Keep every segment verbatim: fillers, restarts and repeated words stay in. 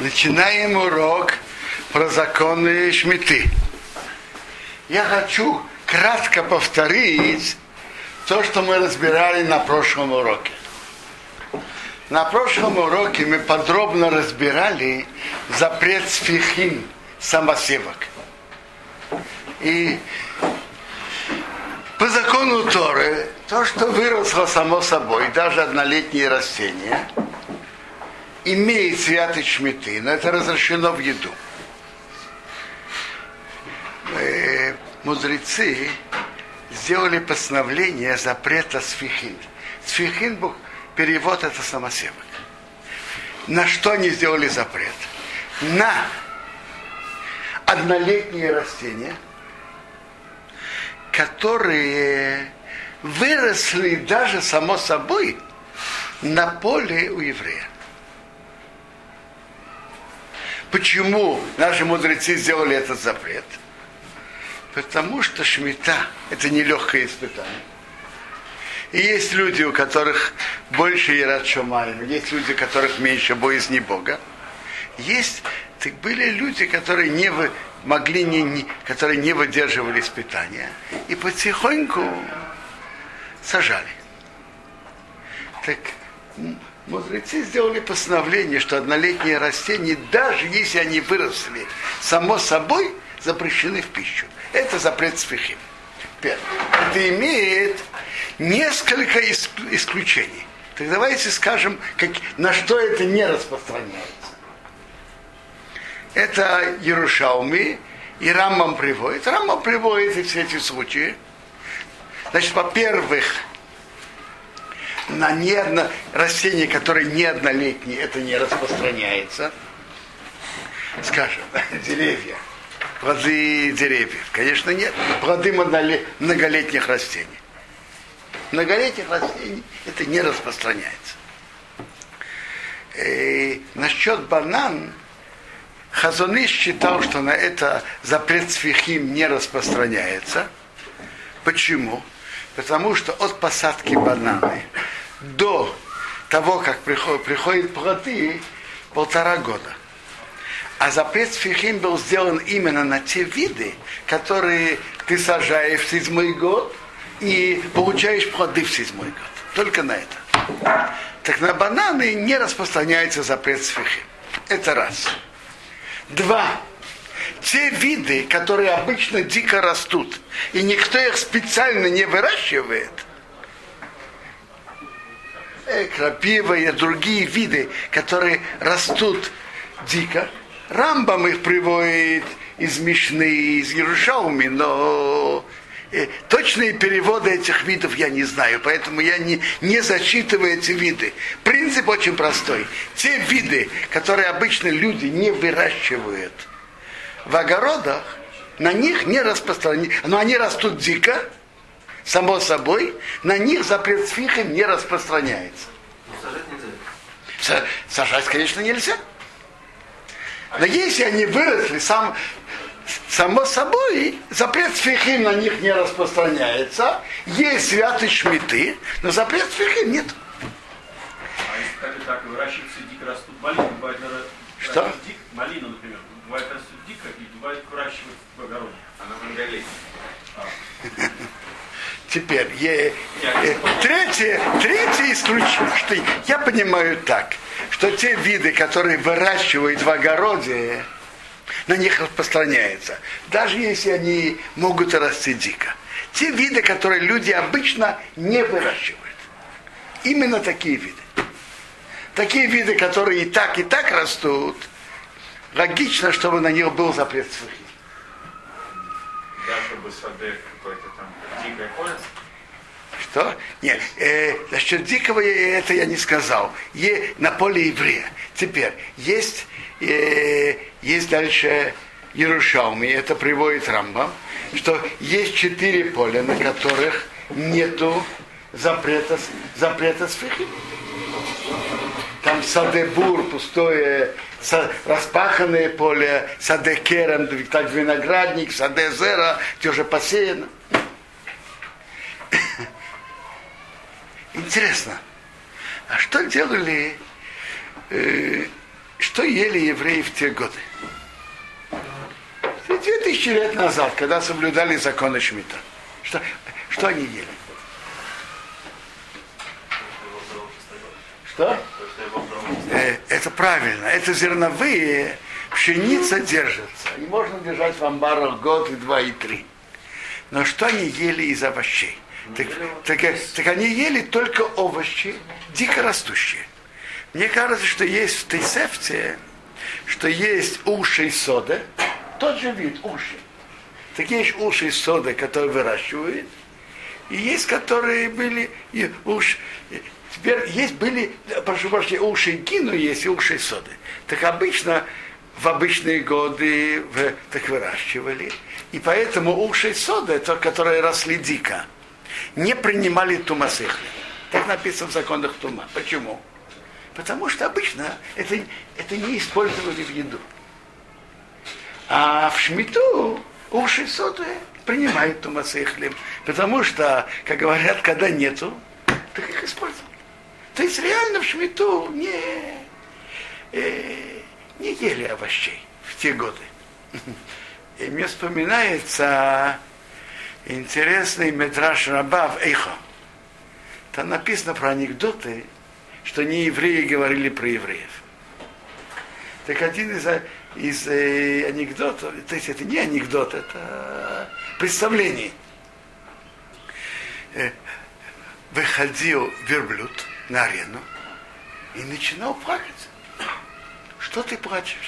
Начинаем урок про законы Шмиты. Я хочу кратко повторить то, что мы разбирали на прошлом уроке. На прошлом уроке мы подробно разбирали запрет сфихим, самосевок. И по закону Торы, то, что выросло само собой, даже однолетние растения, имеет святость шмиты, но это разрешено в еду. Э, мудрецы сделали постановление запрета сфихин. Сфихин, перевод, это самосевок. На что они сделали запрет? На однолетние растения, которые выросли даже само собой на поле у еврея. Почему наши мудрецы сделали этот запрет? Потому что шмита – это нелегкое испытание. И есть люди, у которых больше ярат шамаим, есть люди, у которых меньше боязни Бога. Есть, так были люди, которые не вы, могли не, не, которые не выдерживали испытания и потихоньку сажали. Так мудрецы сделали постановление, что однолетние растения, даже если они выросли само собой, запрещены в пищу. Это запрет сфихим. Первое. Это имеет несколько исключений. Так давайте скажем, как, на что это не распространяется. Это Ерушалми и Рамбам приводит. Рамбам приводит все эти случаи. Значит, во-первых, на не одно, растения, которые не однолетние, это не распространяется. Скажем, деревья, плоды деревьев. Конечно, нет. Плоды многолетних растений. Многолетних растений это не распространяется. И насчет банан, Хазон Иш считал, что на это запрет сфихим не распространяется. Почему? Потому что от посадки бананы до того, как приходят, приходят плоды, полтора года. А запрет сфихим был сделан именно на те виды, которые ты сажаешь в седьмой год и получаешь плоды в седьмой год. Только на это. Так на бананы не распространяется запрет сфихим. Это раз. Два. Те виды, которые обычно дико растут, и никто их специально не выращивает, э, крапива и другие виды, которые растут дико, Рамбам их приводит из Мишны, из Ерушалми, но э, точные переводы этих видов я не знаю, поэтому я не, не зачитываю эти виды. Принцип очень простой. Те виды, которые обычно люди не выращивают в огородах, на них не распространяется, но они растут дико, само собой, на них запрет сфихим не распространяется. Сажать нельзя? Сажать, конечно, нельзя. Но если они выросли, сам, само собой, запрет сфихим на них не распространяется. Есть святость шмиты, но запрет сфихим нет. А если так и так выращиваются дико растут малину, бывает, наверное, что? Дик, малину, например, бывает растут дико и бывает выращивают в огороде. Она многолетняя. А. Теперь, е, е, третье, третье исключение, что я понимаю так, что те виды, которые выращивают в огороде, на них распространяется, даже если они могут расти дико. Те виды, которые люди обычно не выращивают, именно такие виды. Такие виды, которые и так, и так растут, логично, чтобы на них был запрет сфихим. Да, чтобы садек какой-то там дикое поле? Что? Нет, э, насчет дикого это я не сказал. Е, на поле еврея. Теперь, есть, э, есть дальше Ерушалми, это приводит Рамбам, что есть четыре поля, на которых нету запрета, запрета сфихим. Там Садебур, пустое, распаханное поле, Садекерем, так виноградник, Садезера, где уже посеяно. Интересно, а что делали э, что ели евреи в те годы? Две тысячи лет назад, когда соблюдали законы Шмита. Что, что они ели? Что? Э, это правильно. Это зерновые, пшеница держится. И можно держать в амбарах год, и два, и три. Но что они ели из овощей? Так, так, так они ели только овощи, дикорастущие. Мне кажется, что есть в Тейсефте, что есть уши соды, тот же вид уши. Такие есть уши соды, которые выращивают, и есть, которые были и уши. Теперь есть были, прошу прощения, уши гину, есть и уши соды. Так обычно в обычные годы в, так выращивали, и поэтому уши соды, то, которые росли дико, не принимали тумасыхли. Так написано в законах тума. Почему? Потому что обычно это, это не использовали в еду. А в шмиту уши соды принимают тумасыхли. Потому что, как говорят, когда нету, так их используют. То есть реально в шмиту не, э, не ели овощей в те годы. И мне вспоминается интересный Медраш Раба в Эйхо. Там написано про анекдоты, что не евреи говорили про евреев. Так один из, из э, анекдотов, то есть это не анекдот, это представление. Э, выходил верблюд на арену и начинал плакать. Что ты плачешь?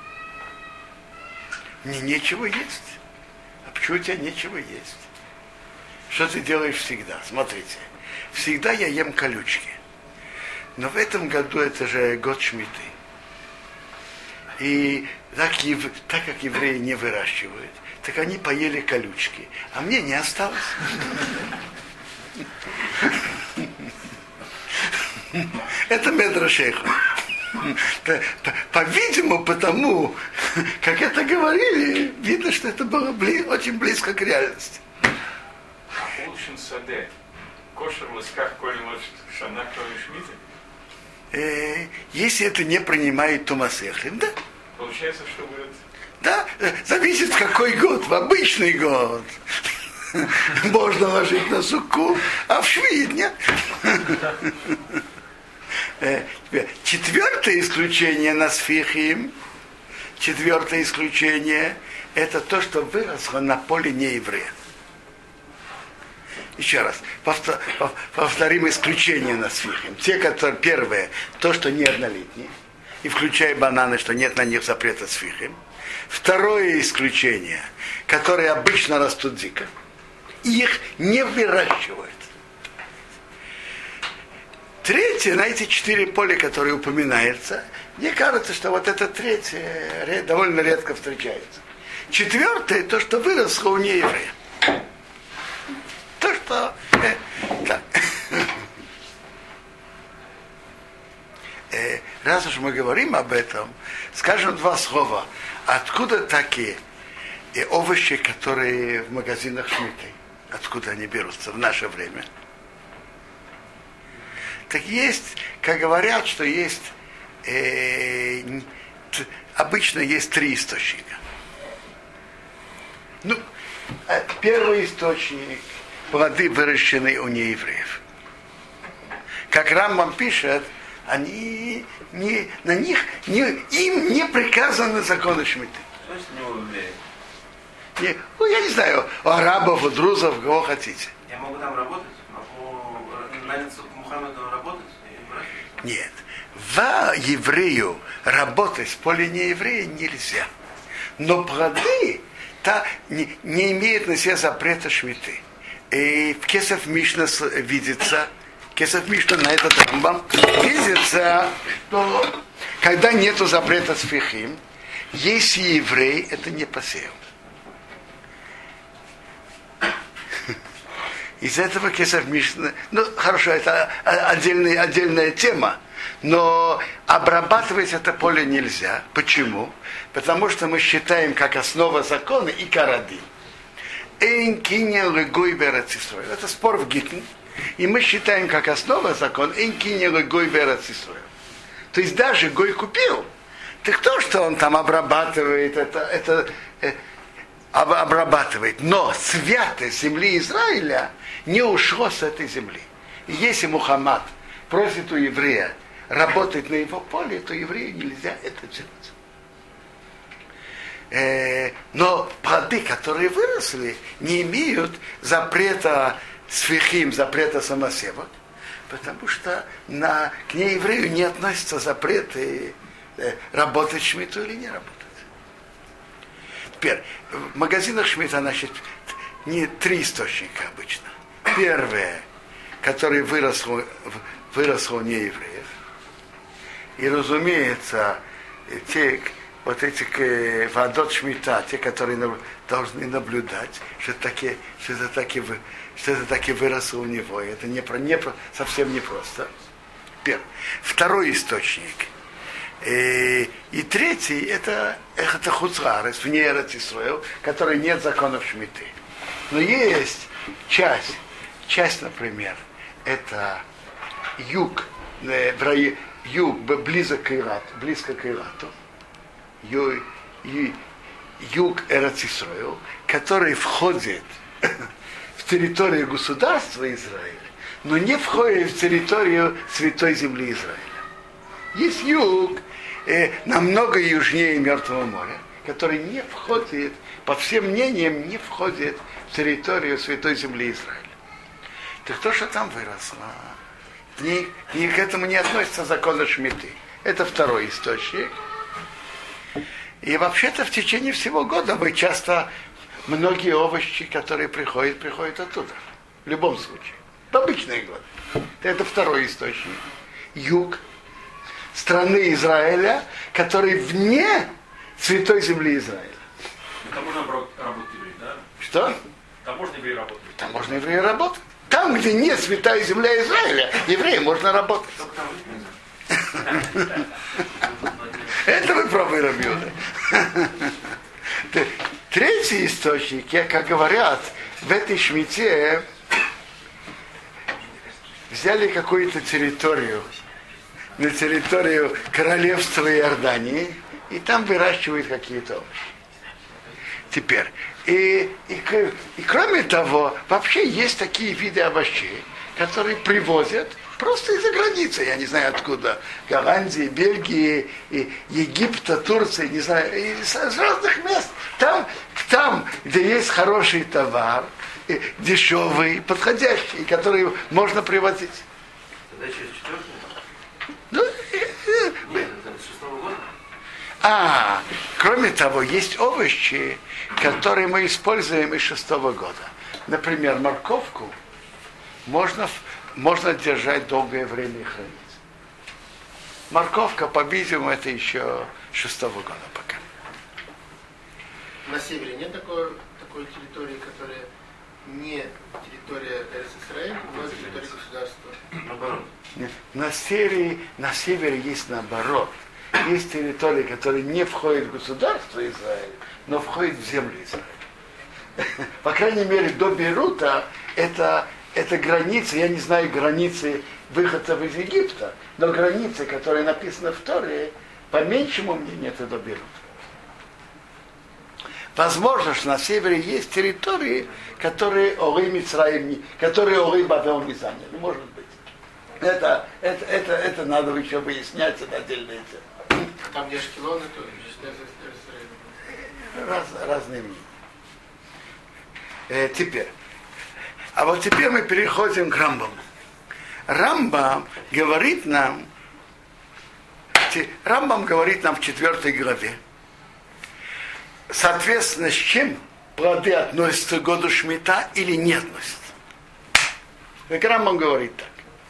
Мне нечего есть. А почему у тебя нечего есть? Что ты делаешь всегда? Смотрите. Всегда я ем колючки. Но в этом году это же год шмиты. И так, так как евреи не выращивают, так они поели колючки. А мне не осталось. Это Медраш Эйхо. По-видимому, потому, как это говорили, видно, что это было бли- очень близко к реальности. А улшин саде, кошер лысках коль шана кроме шмиты? Если это не принимает тумасехлим, да? Получается, что будет? Да, зависит в какой год, в обычный год. Можно ложить на суку, а в швид нет. Четвертое исключение на сфихим, четвертое исключение, это то, что выросло на поле нееврея. Еще раз, повтор, повторим исключение на сфихим. Те, которые, первое, то, что неоднолетние, и включая бананы, что нет на них запрета сфихим. Второе исключение, которые обычно растут дико, и их не выращивают. Третье, на эти четыре поля, которые упоминаются, мне кажется, что вот это третье довольно редко встречается. Четвертое, то, что выросло у нееврея. То, что... Э, так. э, раз уж мы говорим об этом, скажем два слова. Откуда такие э, овощи, которые в магазинах шмиты? Откуда они берутся в наше время? Так есть, как говорят, что есть, э, т, обычно есть три источника. Ну, первый источник – плоды, выращенные у неевреев. Как Рамбам пишет, они не, на них не, им не приказаны законы шмиты. Не, ну, я не знаю, у арабов, у друзов, кого хотите. Я могу там работать? Могу наняться к Мухаммеду работать? Нет. В еврею работать в поле нееврея нельзя. Но плоды та, не, не имеют на себе запрета шмиты. И в Кесов Мишна видится, Кесов Мишна на этот Рамбам видится, что когда нету запрета сфихим, если еврей это не посеял. Из этого Кесов Мишна, ну хорошо, это отдельная, отдельная тема, но обрабатывать это поле нельзя. Почему? Потому что мы считаем как основа закона и карады. Это спор в Гитн. И мы считаем как основа закон энкине легой верацисуя. То есть даже Гой купил, Так то, что он там обрабатывает, это, это э, об, обрабатывает. Но святость земли Израиля не ушло с этой земли. И если Мухаммад просит у еврея работать на его поле, то еврею нельзя это делать. Э, но плоды, которые выросли, не имеют запрета сфихим, запрета самосева, потому что на, к нееврею не относятся запреты э, работать шмиту или не работать. Теперь, в магазинах шмита, значит, не три источника обычно. Первое, который выросло, выросло у неевреев. И, разумеется, те, вот эти вадот шмита, те, которые должны наблюдать, что, таки, что, это, таки, что это таки выросло у него. И это не, не, совсем непросто. Первый. Второй источник. И, и третий, это, это хуцрарес, вне Эрец-Исраэль, который нет законов шмиты. Но есть часть, часть, например, это юг, юг близко к Ирату, близко к Ирату, юг, юг Эрец-Исраэль, который входит в территорию государства Израиля, но не входит в территорию святой земли Израиля. Есть юг, э, намного южнее Мертвого моря, который не входит, по всем мнениям, не входит в территорию святой земли Израиля. Так то, что там выросло, ни, ни к этому не относится законы шмиты. Это второй источник. И вообще-то в течение всего года мы часто, многие овощи, которые приходят, приходят оттуда. В любом случае. В обычные годы. Это второй источник. Юг страны Израиля, который вне святой земли Израиля. Там можно работать евреи, да? Что? Там можно евреи работать. Там можно евреи работать. Там, где нет святая земля Израиля, евреи можно работать. Это вы правы, Рабиуда. Третий источник, как говорят, в этой шмите взяли какую-то территорию, на территорию королевства Иордании, и там выращивают какие-то овощи. Теперь, и, и, и кроме того, вообще есть такие виды овощей, которые привозят просто из-за границы, я не знаю откуда, Голландии, Бельгии, и Египта, Турции, не знаю, из, из разных мест. Там, там, где есть хороший товар, и дешевый, подходящий, который можно привозить. Тогда через четвертый? Ну, Нет, это с шестого года. А, кроме того, есть овощи, которые мы используем из шестого года. Например, морковку можно, можно держать долгое время и хранить. Морковка, по-видимому, это еще шестого года пока. На севере нет такой, такой территории, которая не территория Эрец-Исраэль, но территория государства? Наоборот. На севере, на севере есть наоборот. Есть территории, которые не входят в государство Израиля, но входят в землю Израиля. По крайней мере, до Бейрута это, это границы, я не знаю границы выходцев из Египта, но границы, которые написаны в Торе, по меньшему мнению, это до Бейрута. Возможно, что на севере есть территории, которые Оры Мицраим, которые Оры Бавел не заняли. Может быть. Это, это, это, это надо еще выяснять, это отдельная тема. Там, где Ашкелон, это считается Эрец-Исраэль. Раз, разные мнения. Э, теперь. А вот теперь мы переходим к Рамбаму. Рамбам говорит нам, Рамбам говорит нам в четвертой главе, соответственно, с чем плоды относятся к году Шмита или не относятся. Как Рамбам говорит так.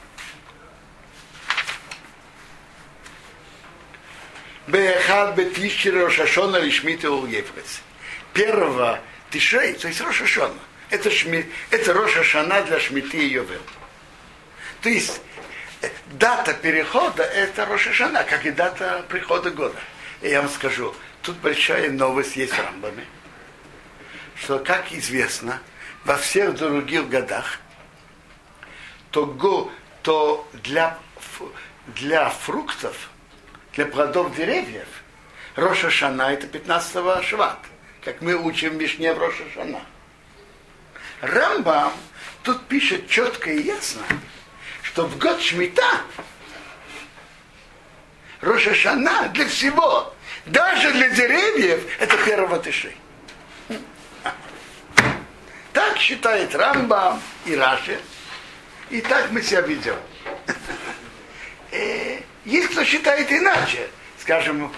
Бехад бетишри Рошашона лишмита улгефрес. Первого Тишрей, то есть Рошашона. Это, шми, это Рошашана для Шмиты и Йовел. То есть дата перехода это Рошашана, как и дата прихода года. И я вам скажу, тут большая новость есть в Рамбаме, что, как известно, во всех других годах, то, го, то для, для фруктов, для плодов деревьев Рош ха-Шана это пятнадцатого Шват, как мы учим в Мишне в Рош ха-Шана. Рамбам тут пишет четко и ясно, что в год Шмита Рош ха-Шана для всего, даже для деревьев, это первого Тишей. Так считает Рамбам и Раши, и так мы себя ведем. Есть кто считает иначе, скажем,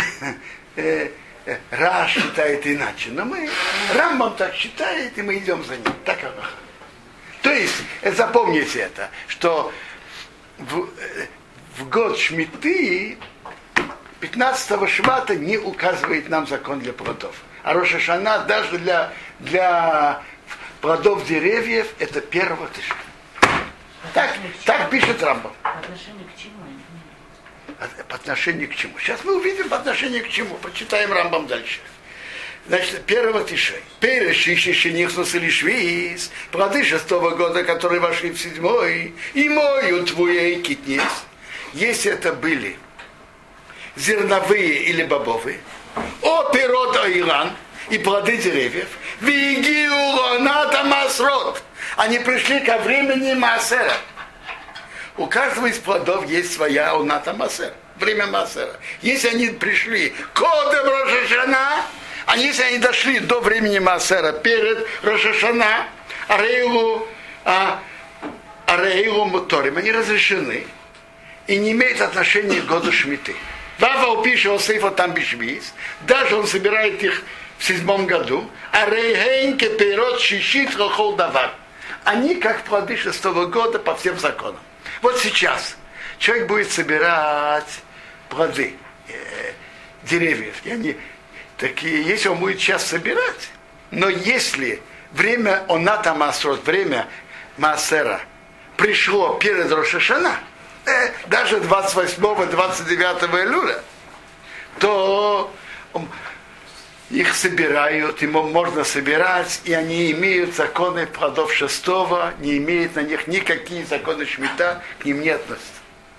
Раш считает иначе, но мы, Рамбам так считает, и мы идем за ним. Так Аллаха. То есть, запомните это, что в, в год Шмиты пятнадцатого Швата не указывает нам закон для плодов. А Рош ха-Шана даже для, для плодов деревьев это первого Тиша. Так, так пишет Рамбам. По отношению к чему? По отношению к чему? Сейчас мы увидим по отношению к чему. Почитаем Рамбам дальше. Значит, первого Тишей. Перешищи нихнус или швиз. Плоды шестого года, которые вошли в седьмой. И мою твоей китнес. Если это были зерновые или бобовые. О пирот Иран. И плоды деревьев. Вигиуроната масрот. Они пришли ко времени Маасера. У каждого из плодов есть своя оната Маасера. Время Маасера. Если они пришли кодем Рош ха-Шана, а если они дошли до времени Маасера перед Рош ха-Шана, Арейлу, а, Арейлу Муторим, они разрешены и не имеют отношения к году Шмиты. Бава упишет Сейфа там бишвиз, даже он собирает их в седьмом году, Арейхейн кепейрот шишит рохол давар. Они как плоды шестого года по всем законам. Вот сейчас человек будет собирать плоды э, деревьев. И они такие, если он будет сейчас собирать, но если время оната Маасрот, время Маасера пришло перед Рош ха-Шана, э, даже двадцать восьмого двадцать девятого Элуля, то их собирают, ему можно собирать, и они имеют законы плодов шестого, не имеют на них никакие законы Шмита, к ним не относятся.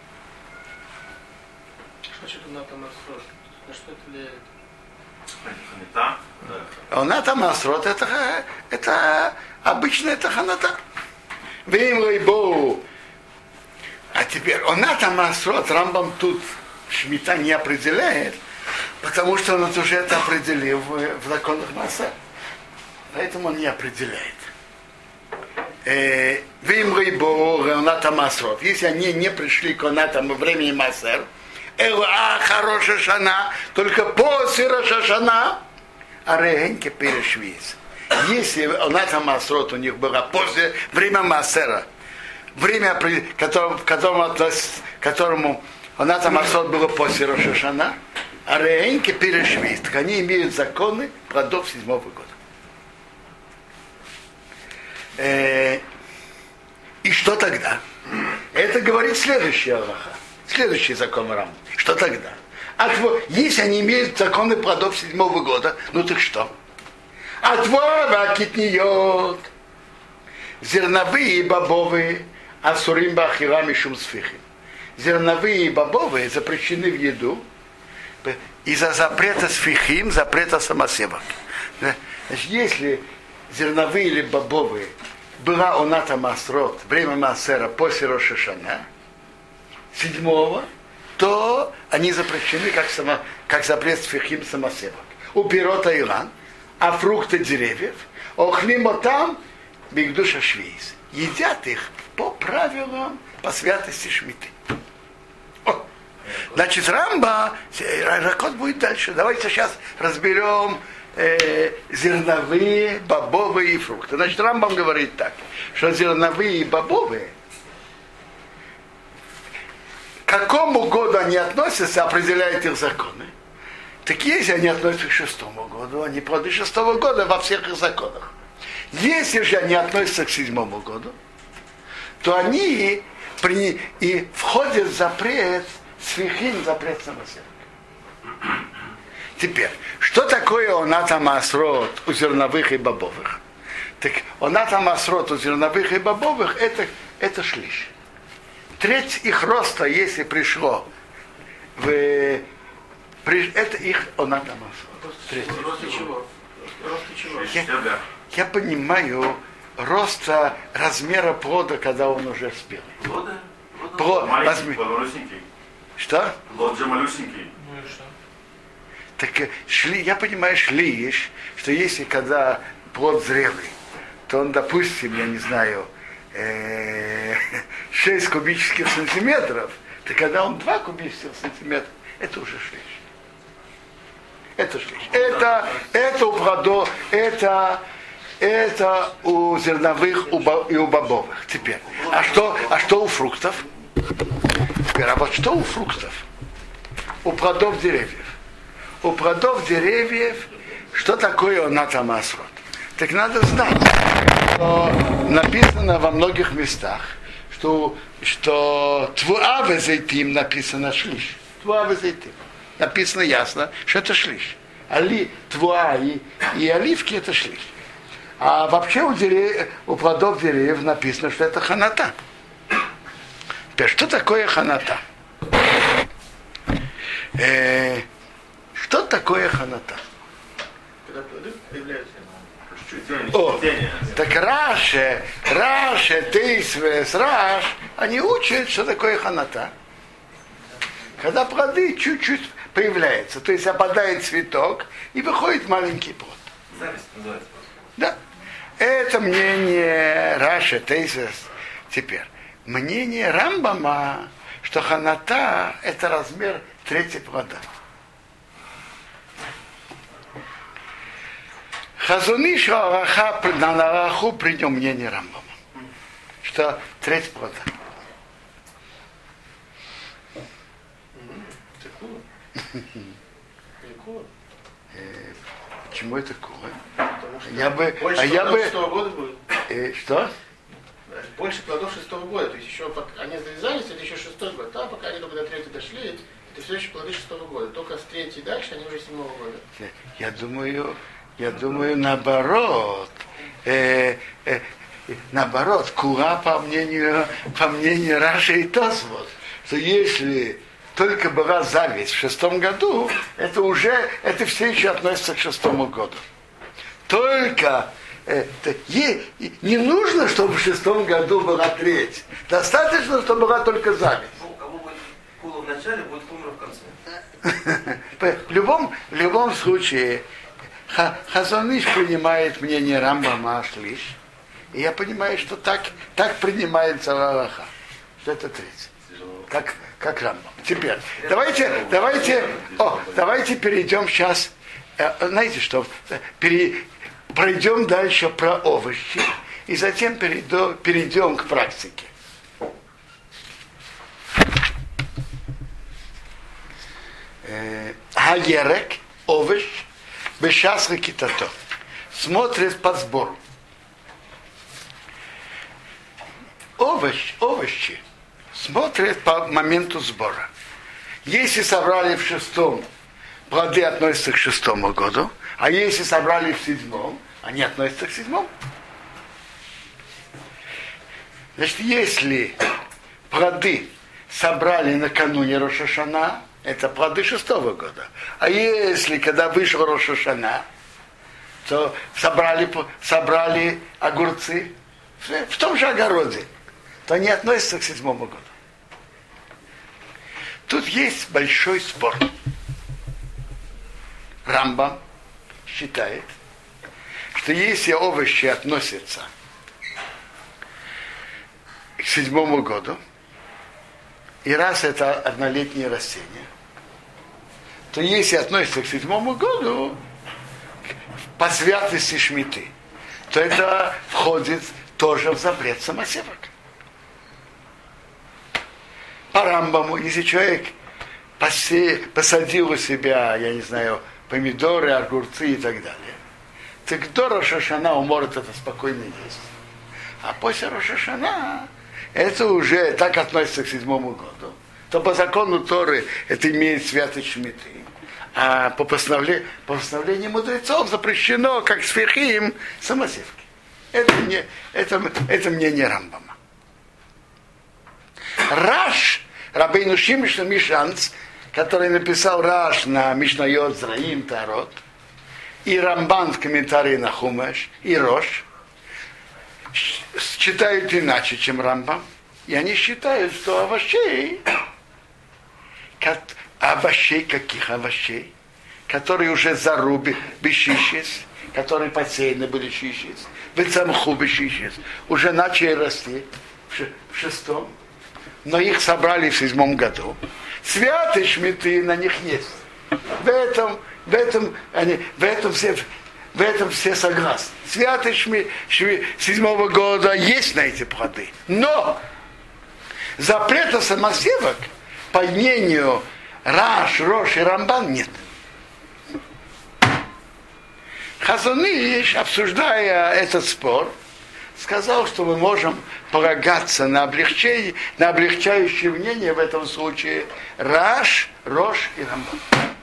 Что значит оната Маасрот? На что это влияет? Ханата? Оната Маасрот это, это обычно это ханата. А теперь оната Маасрот Рамбам тут Шмита не определяет, потому что он уже это определил в, в законах Маасера. Поэтому он не определяет. Если они не пришли к онатам во времени Маасер, Рош ха-Шана, только после Рош ха-Шана, Арегеньке перешвиз. Если оната Маасрот у них было после времени Маасера, время, которому, которому, которому оната Маасрот было после Рош ха-Шана, а Рейнки перешвист, они имеют законы плодов седьмого года. Э, и что тогда? Это говорит следующий Аллаха, следующий закон Рам. Что тогда? А тво, если они имеют законы плодов седьмого года, ну так что? А твора китниот, зерновые и бобовые, асурим бахирам и шумсфихи. Зерновые и бобовые запрещены в еду из-за запрета сфихим, запрета самосевок. Значит, если зерновые или бобовые была оната Маасрот, время Маасера после Рош ха-Шана, седьмого, то они запрещены как, само, как запрет сфихим самосевок. У пирота Иран, а фрукты деревьев, охлимо там бигдуша швейс. Едят их по правилам, по святости Шмиты. Значит, Рамба, Ракот будет дальше. Давайте сейчас разберем э, зерновые, бобовые и фрукты. Значит, Рамбам говорит так, что зерновые и бобовые, к какому году они относятся, определяют их законы. Так если они относятся к шестому году, они плоды шестого года во всех их законах. Если же они относятся к седьмому году, то они при, и входят в запрет сфихим, запрет самосевок. Теперь, что такое оната Маасрот у зерновых и бобовых? Так оната Маасрот у зерновых и бобовых это, это шлиш. Треть их роста, если пришло в Это их онатамас. Рост чего? Рост чего? Я, я понимаю роста размера плода, когда он уже спелый. Плода? Плод, Маленький, размер... плод малюсенький. Что? Плод же малюсенький. Ну и что? Так шли, я понимаю, шлиш, что если когда плод зрелый, то он, допустим, я не знаю, шесть кубических сантиметров, то когда он два кубических сантиметра, это уже шлиш. Это шлиш. Это, это у плодов, это, это у зерновых и у бобовых. Теперь. А что, а что у фруктов? Теперь, а вот что у фруктов? У плодов деревьев. У плодов деревьев, что такое онатамасрот? Так надо знать, что написано во многих местах, что, что твуа везейтим написано шлиш. Твуа везейтим. Написано ясно, что это шлиш. Али, твуа и, и оливки это шлиш. А вообще у, дерев, у плодов деревьев написано, что это ханата. Теперь, что такое ханата? Э, что такое ханата? Когда плоды появляются. О, так Раши, Раши, Тейсвес, Раш, они учат, что такое ханата. Когда плоды чуть-чуть появляются, то есть опадает цветок и выходит маленький плод. Зависть называется. Да. Это мнение Раши, Тейсвес. Теперь, мнение Рамбама, что ханата это размер третьей плода. Хазуныш Араха на Нараху принял мнение Рамбама, что треть плода. Почему это кура? Я бы, больше а я бы, шестого года будет. Э, что? Больше плодов шестого года. То есть еще пока они завязались, это еще шестой год. А пока они только до третьей дошли, это все еще плоды шестого года. Только с третьей дальше они уже седьмого года. Я думаю, я думаю наоборот. Э, э, наоборот, кура по мнению, по мнению Раши и Тосфот, что если только была зависть в шестом году, это уже, это все еще относится к шестому году. Только э, е, не нужно, чтобы в шестом году была треть. Достаточно, чтобы была только зависть. Ну, у кого будет кула в начале, будет кумра в конце. В любом, в любом случае, Хазон Иш принимает мнение Рамбама Шлиш, и я понимаю, что так, так принимается Аллаха, что это треть. Как, как Рамбам. Теперь, давайте, давайте, о, давайте перейдем сейчас, э, знаете что, пере, пройдем дальше про овощи, и затем перейдем, перейдем к практике. Хаерек, овощ, бешас рекитато. Смотрит по сбору. Овощ, овощи смотрят по моменту сбора. Если собрали в шестом, плоды относятся к шестому году, а если собрали в седьмом, они относятся к седьмому. Значит, если плоды собрали накануне Рош ха-Шана, это плоды шестого года. А если, когда вышел Рош ха-Шана, то собрали, собрали огурцы в том же огороде, то они относятся к седьмому году. Тут есть большой спор. Рамбам считает, что если овощи относятся к седьмому году, и раз это однолетние растения, то если относятся к седьмому году по святости шмиты, то это входит тоже в запрет самосевок. По Рамбаму, если человек посе, посадил у себя, я не знаю, помидоры, огурцы и так далее, так до Рош ха-Шана он может это спокойно есть. А после Рош ха-Шана это уже так относится к седьмому году, то по закону Торы это имеет святость шмиты. А по постановлению, по постановлению мудрецов запрещено, как сфихим, самосевки. Это, не, это, это мнение Рамбама. Раш, Рабейну Шимшон Мишанц, который написал Раш на Мишнайот, Зраим, Тарот, и Рамбан в комментарии на Хумаш, и Рош, считают иначе, чем Рамбам. И они считают, что овощей, как, овощей, каких овощей, которые уже заруби, бешищес, которые посеяны были щищес, в самху бешищес, уже начали расти в шестом, но их собрали в седьмом году. Святые шмиты на них есть. В этом, в этом, они, в этом все, в этом все согласны. Святые шми, шми, седьмого года есть на эти плоды. Но запрета самосевок, по мнению Раш, Рош и Рамбан, нет. Хазон Иш, обсуждая этот спор, сказал, что мы можем полагаться на облегчение, на облегчающее мнение в этом случае Раш, Рош и Рамбан.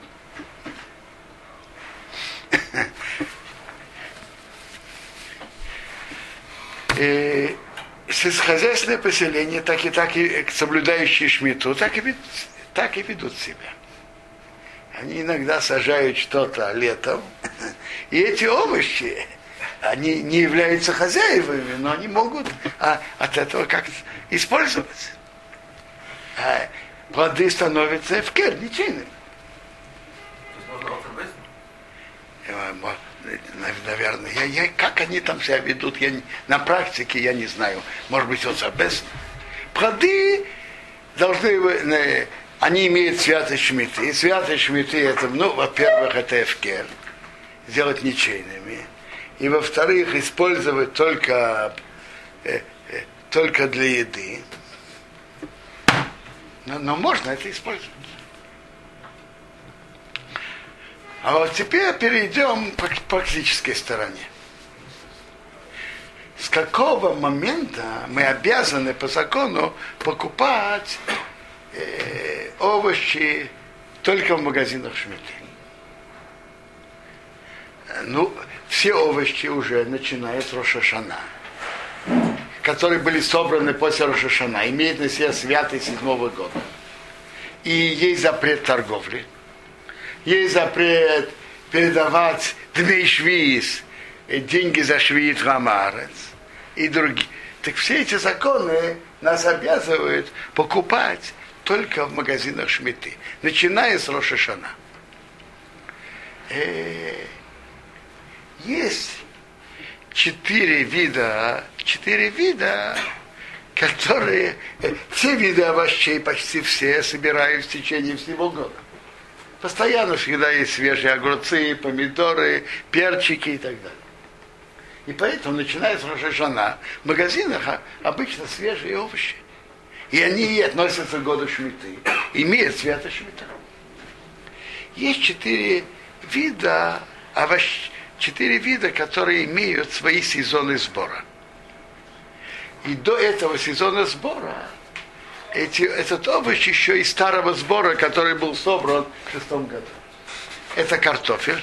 И сельскохозяйственное поселение, так и так и соблюдающие шмиту, так и, так и ведут себя. Они иногда сажают что-то летом, и эти овощи, они не являются хозяевами, но они могут а, от этого как-то использоваться. А плоды становятся эфкер, ничейными. Наверное, я, я, как они там себя ведут, я, на практике я не знаю. Может быть, он без. Плоды должны, они имеют святость шмиты. Святость шмиты это, ну, во-первых, это эфкер, сделать ничейными. И во-вторых, использовать только, э, э, только для еды. Но, но можно это использовать. А вот теперь перейдем к практической стороне. С какого момента мы обязаны по закону покупать э, овощи только в магазинах шмиты? Ну, все овощи уже, начиная с Рош ха-Шана, которые были собраны после Рош ха-Шана, имеют на себе святость седьмого года. И есть запрет торговли. Есть запрет передавать дмей швиз, деньги за швиит рамарец и другие. Так все эти законы нас обязывают покупать только в магазинах шмиты, начиная с Рош ха-Шана. Есть четыре вида, четыре вида, которые, все виды овощей, почти все, собирают в течение всего года. Постоянно всегда есть свежие огурцы, помидоры, перчики и так далее. И поэтому, начиная с Рош ха-Шана, в магазинах обычно свежие овощи. И они относятся к году шмиты, имеют святость шмита. Есть четыре вида овощей, четыре вида, которые имеют свои сезоны сбора. И до этого сезона сбора эти, этот овощ еще из старого сбора, который был собран в шестом году. Это картофель,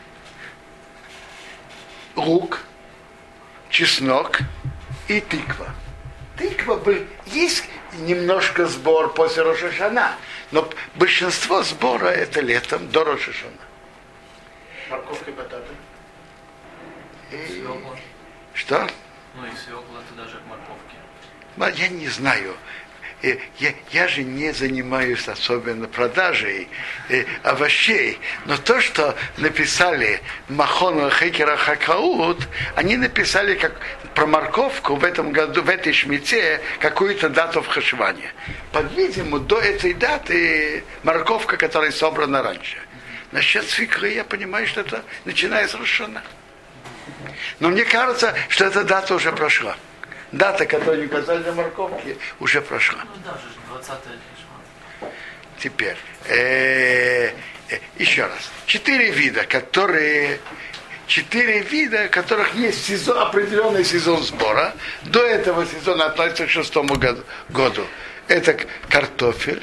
лук, чеснок и тыква. Тыква был, есть немножко сбор после Рош ха-Шана, но большинство сбора это летом до Рош ха-Шана. Морковка и бататы. И... Что? Ну и свекла, это даже к морковке. Я не знаю. Я, я же не занимаюсь особенно продажей э, овощей, но то, что написали Махон Хекера Хакаут, они написали как про морковку в этом году, в этой шмите, какую-то дату в Хашване. По-видимому, до этой даты морковка, которая собрана раньше. Насчет свеклы я понимаю, что это начиная с Рош ха-Шана. Но мне кажется, что эта дата уже прошла. Дата, которую указали на морковке, уже прошла. Ну даже двадцатое число. Теперь, э, э, еще раз. Четыре вида, которые, четыре вида, которых есть сезон, определенный сезон сбора. До этого сезона относится к шестому году. году. Это картофель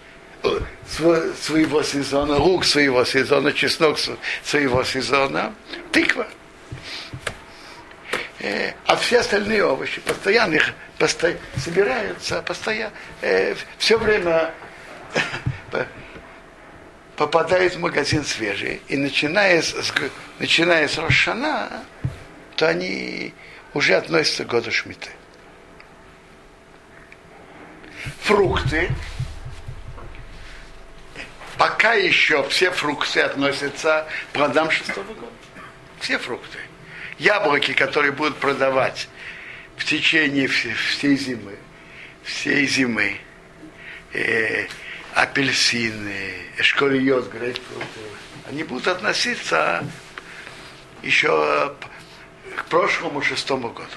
своего сезона, лук своего сезона, чеснок своего сезона, тыква. Э, а все остальные овощи постоянно их посто... собираются, постоянно, э, все время попадают в магазин свежие, и начиная с, начиная с Рош ха-Шана, то они уже относятся к году Шмиты. Фрукты. Пока еще все фрукты относятся к плодам шестого года. Все фрукты. Яблоки, которые будут продавать в течение всей зимы, всей зимы, э, апельсины, эшколиот, грейпфруты, они будут относиться еще к прошлому шестому году.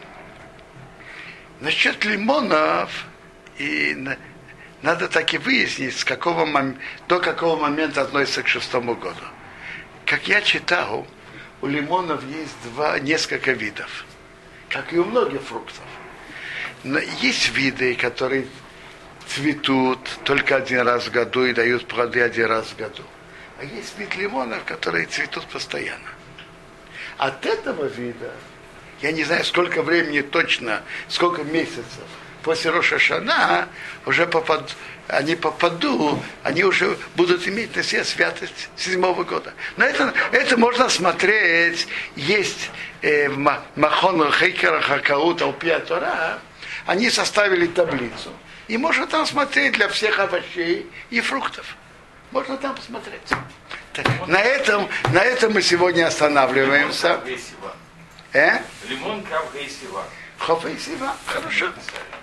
Насчет лимонов, и надо так и выяснить, с какого, до какого момента относится к шестому году. Как я читал, у лимонов есть два, несколько видов, как и у многих фруктов. Но есть виды, которые цветут только один раз в году и дают плоды один раз в году. А есть вид лимонов, которые цветут постоянно. От этого вида, я не знаю, сколько времени точно, сколько месяцев, после Рош ха-Шана уже попад, они попадут, они уже будут иметь на себе святость седьмого года. Но это, это можно смотреть, есть э, в Махон Хейкера Хакаут Алпия Тора, они составили таблицу. И можно там смотреть для всех овощей и фруктов. Можно там посмотреть. Так, на, этом, на этом мы сегодня останавливаемся. Лимон, Э? Лимон, Кав, Гейсива. Хофа и Сива. Хорошо.